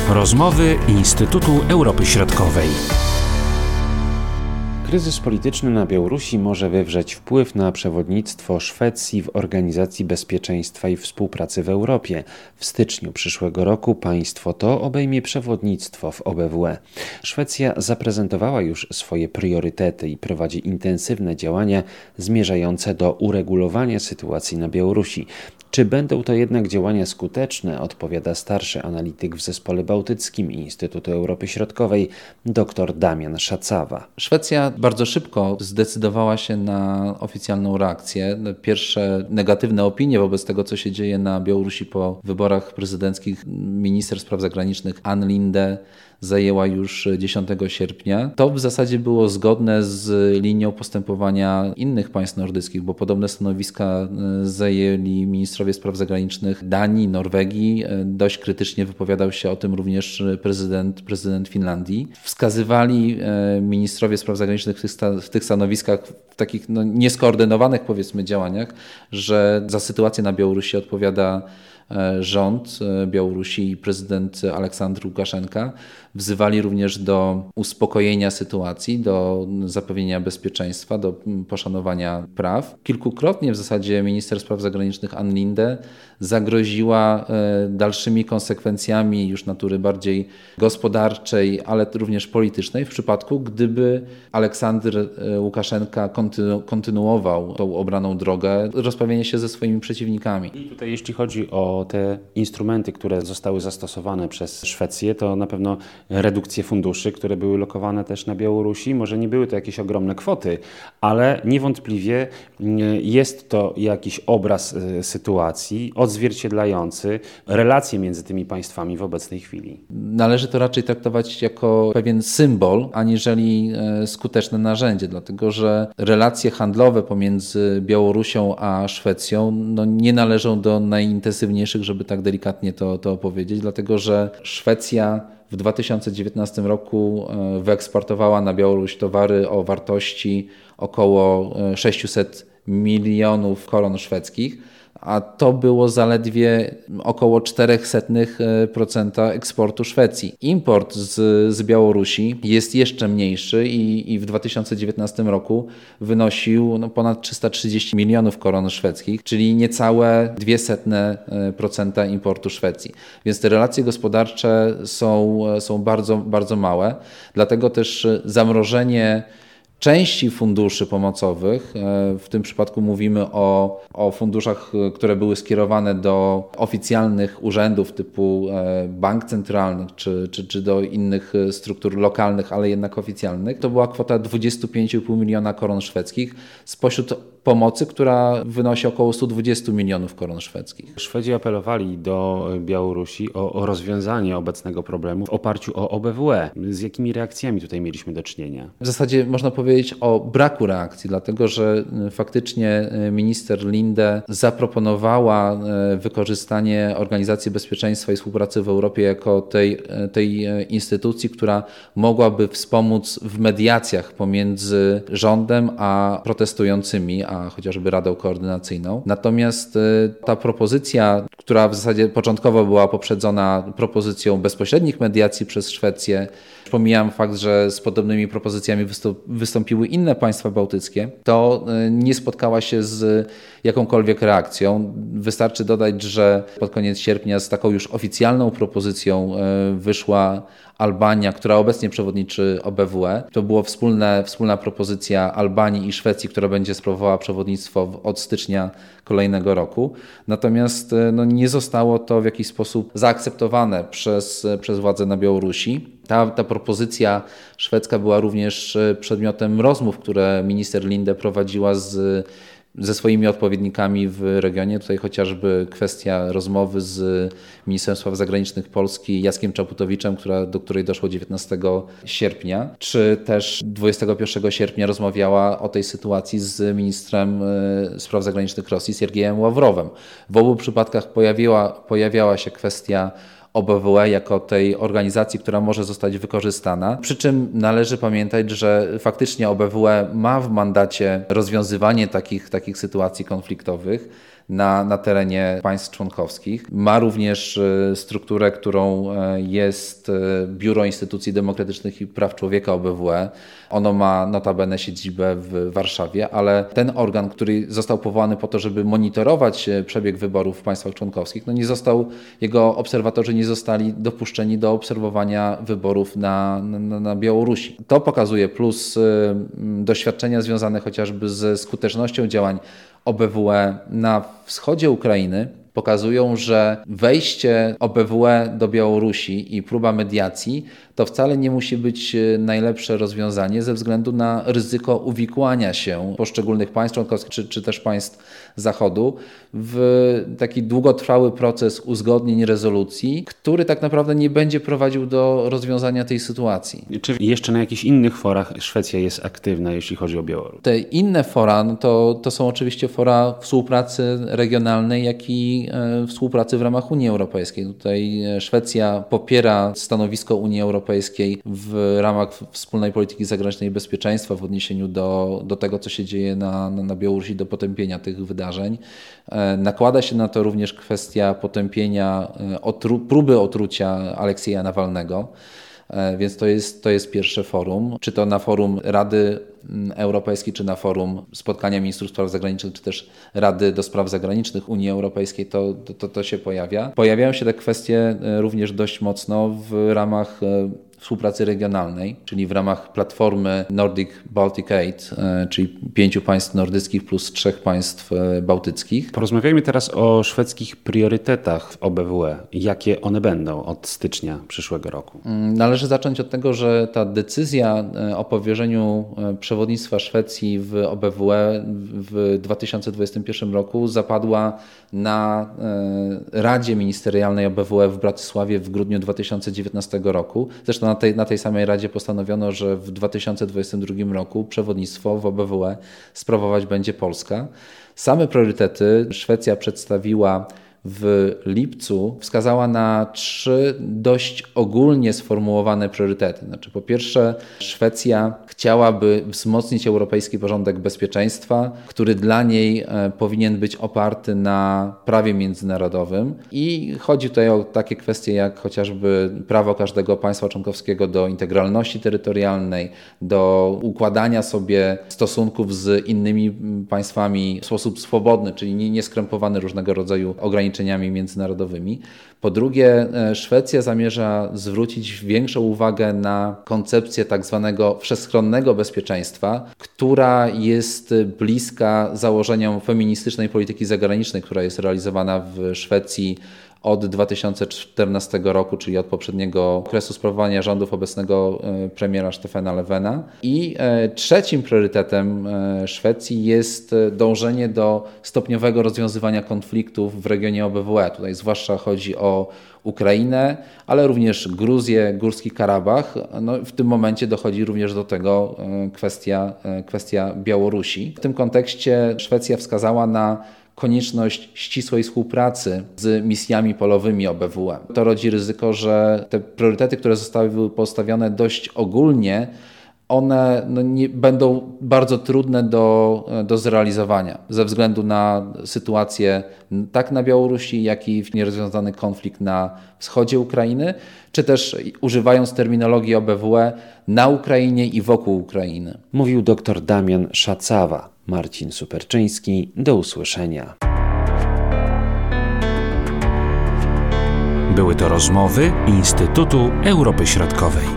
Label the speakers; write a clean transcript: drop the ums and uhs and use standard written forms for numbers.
Speaker 1: Rozmowy Instytutu Europy Środkowej.
Speaker 2: Kryzys polityczny na Białorusi może wywrzeć wpływ na przewodnictwo Szwecji w Organizacji Bezpieczeństwa i Współpracy w Europie. W styczniu przyszłego roku państwo to obejmie przewodnictwo w OBWE. Szwecja zaprezentowała już swoje priorytety i prowadzi intensywne działania zmierzające do uregulowania sytuacji na Białorusi. Czy będą to jednak działania skuteczne, odpowiada starszy analityk w Zespole Bałtyckim Instytutu Europy Środkowej dr Damian Szacawa.
Speaker 3: Szwecja bardzo szybko zdecydowała się na oficjalną reakcję. Pierwsze negatywne opinie wobec tego, co się dzieje na Białorusi po wyborach prezydenckich, minister spraw zagranicznych Ann Linde zajęła już 10 sierpnia. To w zasadzie było zgodne z linią postępowania innych państw nordyckich, bo podobne stanowiska zajęli ministrowie spraw zagranicznych Danii, Norwegii. Dość krytycznie wypowiadał się o tym również prezydent Finlandii. Wskazywali ministrowie spraw zagranicznych w tych stanowiskach, w takich nieskoordynowanych powiedzmy działaniach, że za sytuację na Białorusi odpowiada rząd Białorusi i prezydent Aleksandr Łukaszenka. Wzywali również do uspokojenia sytuacji, do zapewnienia bezpieczeństwa, do poszanowania praw. Kilkukrotnie w zasadzie minister spraw zagranicznych Ann Linde zagroziła dalszymi konsekwencjami już natury bardziej gospodarczej, ale również politycznej w przypadku, gdyby Aleksandr Łukaszenka kontynuował tą obraną drogę rozprawienia się ze swoimi przeciwnikami.
Speaker 2: I tutaj jeśli chodzi o te instrumenty, które zostały zastosowane przez Szwecję, to na pewno redukcje funduszy, które były lokowane też na Białorusi. Może nie były to jakieś ogromne kwoty, ale niewątpliwie jest to jakiś obraz sytuacji odzwierciedlający relacje między tymi państwami w obecnej chwili.
Speaker 3: Należy to raczej traktować jako pewien symbol, aniżeli skuteczne narzędzie, dlatego że relacje handlowe pomiędzy Białorusią a Szwecją nie należą do najintensywniejszych, żeby tak delikatnie to opowiedzieć, dlatego że Szwecja w 2019 roku wyeksportowała na Białoruś towary o wartości około 600 milionów koron szwedzkich, a to było zaledwie około 0,04% eksportu Szwecji. Import z Białorusi jest jeszcze mniejszy i w 2019 roku wynosił ponad 330 milionów koron szwedzkich, czyli niecałe 0,02% importu Szwecji. Więc te relacje gospodarcze są bardzo, bardzo małe. Dlatego też zamrożenie części funduszy pomocowych, w tym przypadku mówimy o funduszach, które były skierowane do oficjalnych urzędów typu bank centralny czy do innych struktur lokalnych, ale jednak oficjalnych. To była kwota 25,5 miliona koron szwedzkich spośród pomocy, która wynosi około 120 milionów koron szwedzkich.
Speaker 2: Szwedzi apelowali do Białorusi o rozwiązanie obecnego problemu w oparciu o OBWE. Z jakimi reakcjami tutaj mieliśmy do czynienia?
Speaker 3: W zasadzie można powiedzieć o braku reakcji, dlatego że faktycznie minister Linde zaproponowała wykorzystanie Organizacji Bezpieczeństwa i Współpracy w Europie jako tej instytucji, która mogłaby wspomóc w mediacjach pomiędzy rządem a protestującymi, a chociażby Radą Koordynacyjną. Natomiast ta propozycja, która w zasadzie początkowo była poprzedzona propozycją bezpośrednich mediacji przez Szwecję, pomijam fakt, że z podobnymi propozycjami wystąpiły inne państwa bałtyckie, to nie spotkała się z jakąkolwiek reakcją. Wystarczy dodać, że pod koniec sierpnia z taką już oficjalną propozycją wyszła Albania, która obecnie przewodniczy OBWE. To była wspólna propozycja Albanii i Szwecji, która będzie sprawowała przewodnictwo od stycznia kolejnego roku. Natomiast nie zostało to w jakiś sposób zaakceptowane przez władze na Białorusi. Ta propozycja szwedzka była również przedmiotem rozmów, które minister Linde prowadziła ze swoimi odpowiednikami w regionie. Tutaj chociażby kwestia rozmowy z ministrem spraw zagranicznych Polski Jackiem Czaputowiczem, do której doszło 19 sierpnia, czy też 21 sierpnia rozmawiała o tej sytuacji z ministrem spraw zagranicznych Rosji Siergiejem Ławrowem. W obu przypadkach pojawiała się kwestia OBWE jako tej organizacji, która może zostać wykorzystana. Przy czym należy pamiętać, że faktycznie OBWE ma w mandacie rozwiązywanie takich sytuacji konfliktowych na terenie państw członkowskich. Ma również strukturę, którą jest Biuro Instytucji Demokratycznych i Praw Człowieka OBWE. Ono ma notabene siedzibę w Warszawie, ale ten organ, który został powołany po to, żeby monitorować przebieg wyborów w państwach członkowskich, jego obserwatorzy nie zostali dopuszczeni do obserwowania wyborów na Białorusi. To pokazuje plus doświadczenia związane chociażby ze skutecznością działań OBWE na wschodzie Ukrainy pokazują, że wejście OBWE do Białorusi i próba mediacji to wcale nie musi być najlepsze rozwiązanie ze względu na ryzyko uwikłania się poszczególnych państw członkowskich czy też państw Zachodu w taki długotrwały proces uzgodnień rezolucji, który tak naprawdę nie będzie prowadził do rozwiązania tej sytuacji.
Speaker 2: Czy jeszcze na jakichś innych forach Szwecja jest aktywna, jeśli chodzi o Białoruś?
Speaker 3: Te inne fora to są oczywiście fora współpracy regionalnej, jak i współpracy w ramach Unii Europejskiej. Tutaj Szwecja popiera stanowisko Unii Europejskiej w ramach wspólnej polityki zagranicznej i bezpieczeństwa w odniesieniu do tego, co się dzieje na Białorusi, do potępienia tych wydarzeń. Nakłada się na to również kwestia potępienia próby otrucia Aleksieja Nawalnego. Więc to jest pierwsze forum, czy to na forum Rady Europejskiej, czy na forum spotkania ministrów spraw zagranicznych, czy też Rady do Spraw Zagranicznych Unii Europejskiej, to się pojawia. Pojawiają się te kwestie również dość mocno w ramach współpracy regionalnej, czyli w ramach platformy Nordic Baltic Aid, czyli 5 państw nordyckich plus 3 państw bałtyckich.
Speaker 2: Porozmawiajmy teraz o szwedzkich priorytetach w OBWE. Jakie one będą od stycznia przyszłego roku?
Speaker 3: Należy zacząć od tego, że ta decyzja o powierzeniu przewodnictwa Szwecji w OBWE w 2021 roku zapadła na Radzie Ministerialnej OBWE w Bratysławie w grudniu 2019 roku. Zresztą na tej samej Radzie postanowiono, że w 2022 roku przewodnictwo w OBWE sprawować będzie Polska. Same priorytety Szwecja przedstawiła w lipcu, wskazała na 3 dość ogólnie sformułowane priorytety. Znaczy, po pierwsze, Szwecja chciałaby wzmocnić europejski porządek bezpieczeństwa, który dla niej powinien być oparty na prawie międzynarodowym i chodzi tutaj o takie kwestie jak chociażby prawo każdego państwa członkowskiego do integralności terytorialnej, do układania sobie stosunków z innymi państwami w sposób swobodny, czyli nieskrępowany różnego rodzaju ograniczeniami międzynarodowymi. Po drugie, Szwecja zamierza zwrócić większą uwagę na koncepcję tak zwanego wszechstronnego bezpieczeństwa, która jest bliska założeniom feministycznej polityki zagranicznej, która jest realizowana w Szwecji od 2014 roku, czyli od poprzedniego okresu sprawowania rządów obecnego premiera Stefana Löfvena. I trzecim priorytetem Szwecji jest dążenie do stopniowego rozwiązywania konfliktów w regionie OBWE. Tutaj zwłaszcza chodzi o Ukrainę, ale również Gruzję, Górski Karabach. W tym momencie dochodzi również do tego kwestia Białorusi. W tym kontekście Szwecja wskazała na konieczność ścisłej współpracy z misjami polowymi OBWE. To rodzi ryzyko, że te priorytety, które zostały postawione dość ogólnie, one będą bardzo trudne do zrealizowania ze względu na sytuację tak na Białorusi, jak i nierozwiązany konflikt na wschodzie Ukrainy, czy też używając terminologii OBWE na Ukrainie i wokół Ukrainy.
Speaker 2: Mówił dr Damian Szacawa. Marcin Superczyński. Do usłyszenia.
Speaker 1: Były to rozmowy Instytutu Europy Środkowej.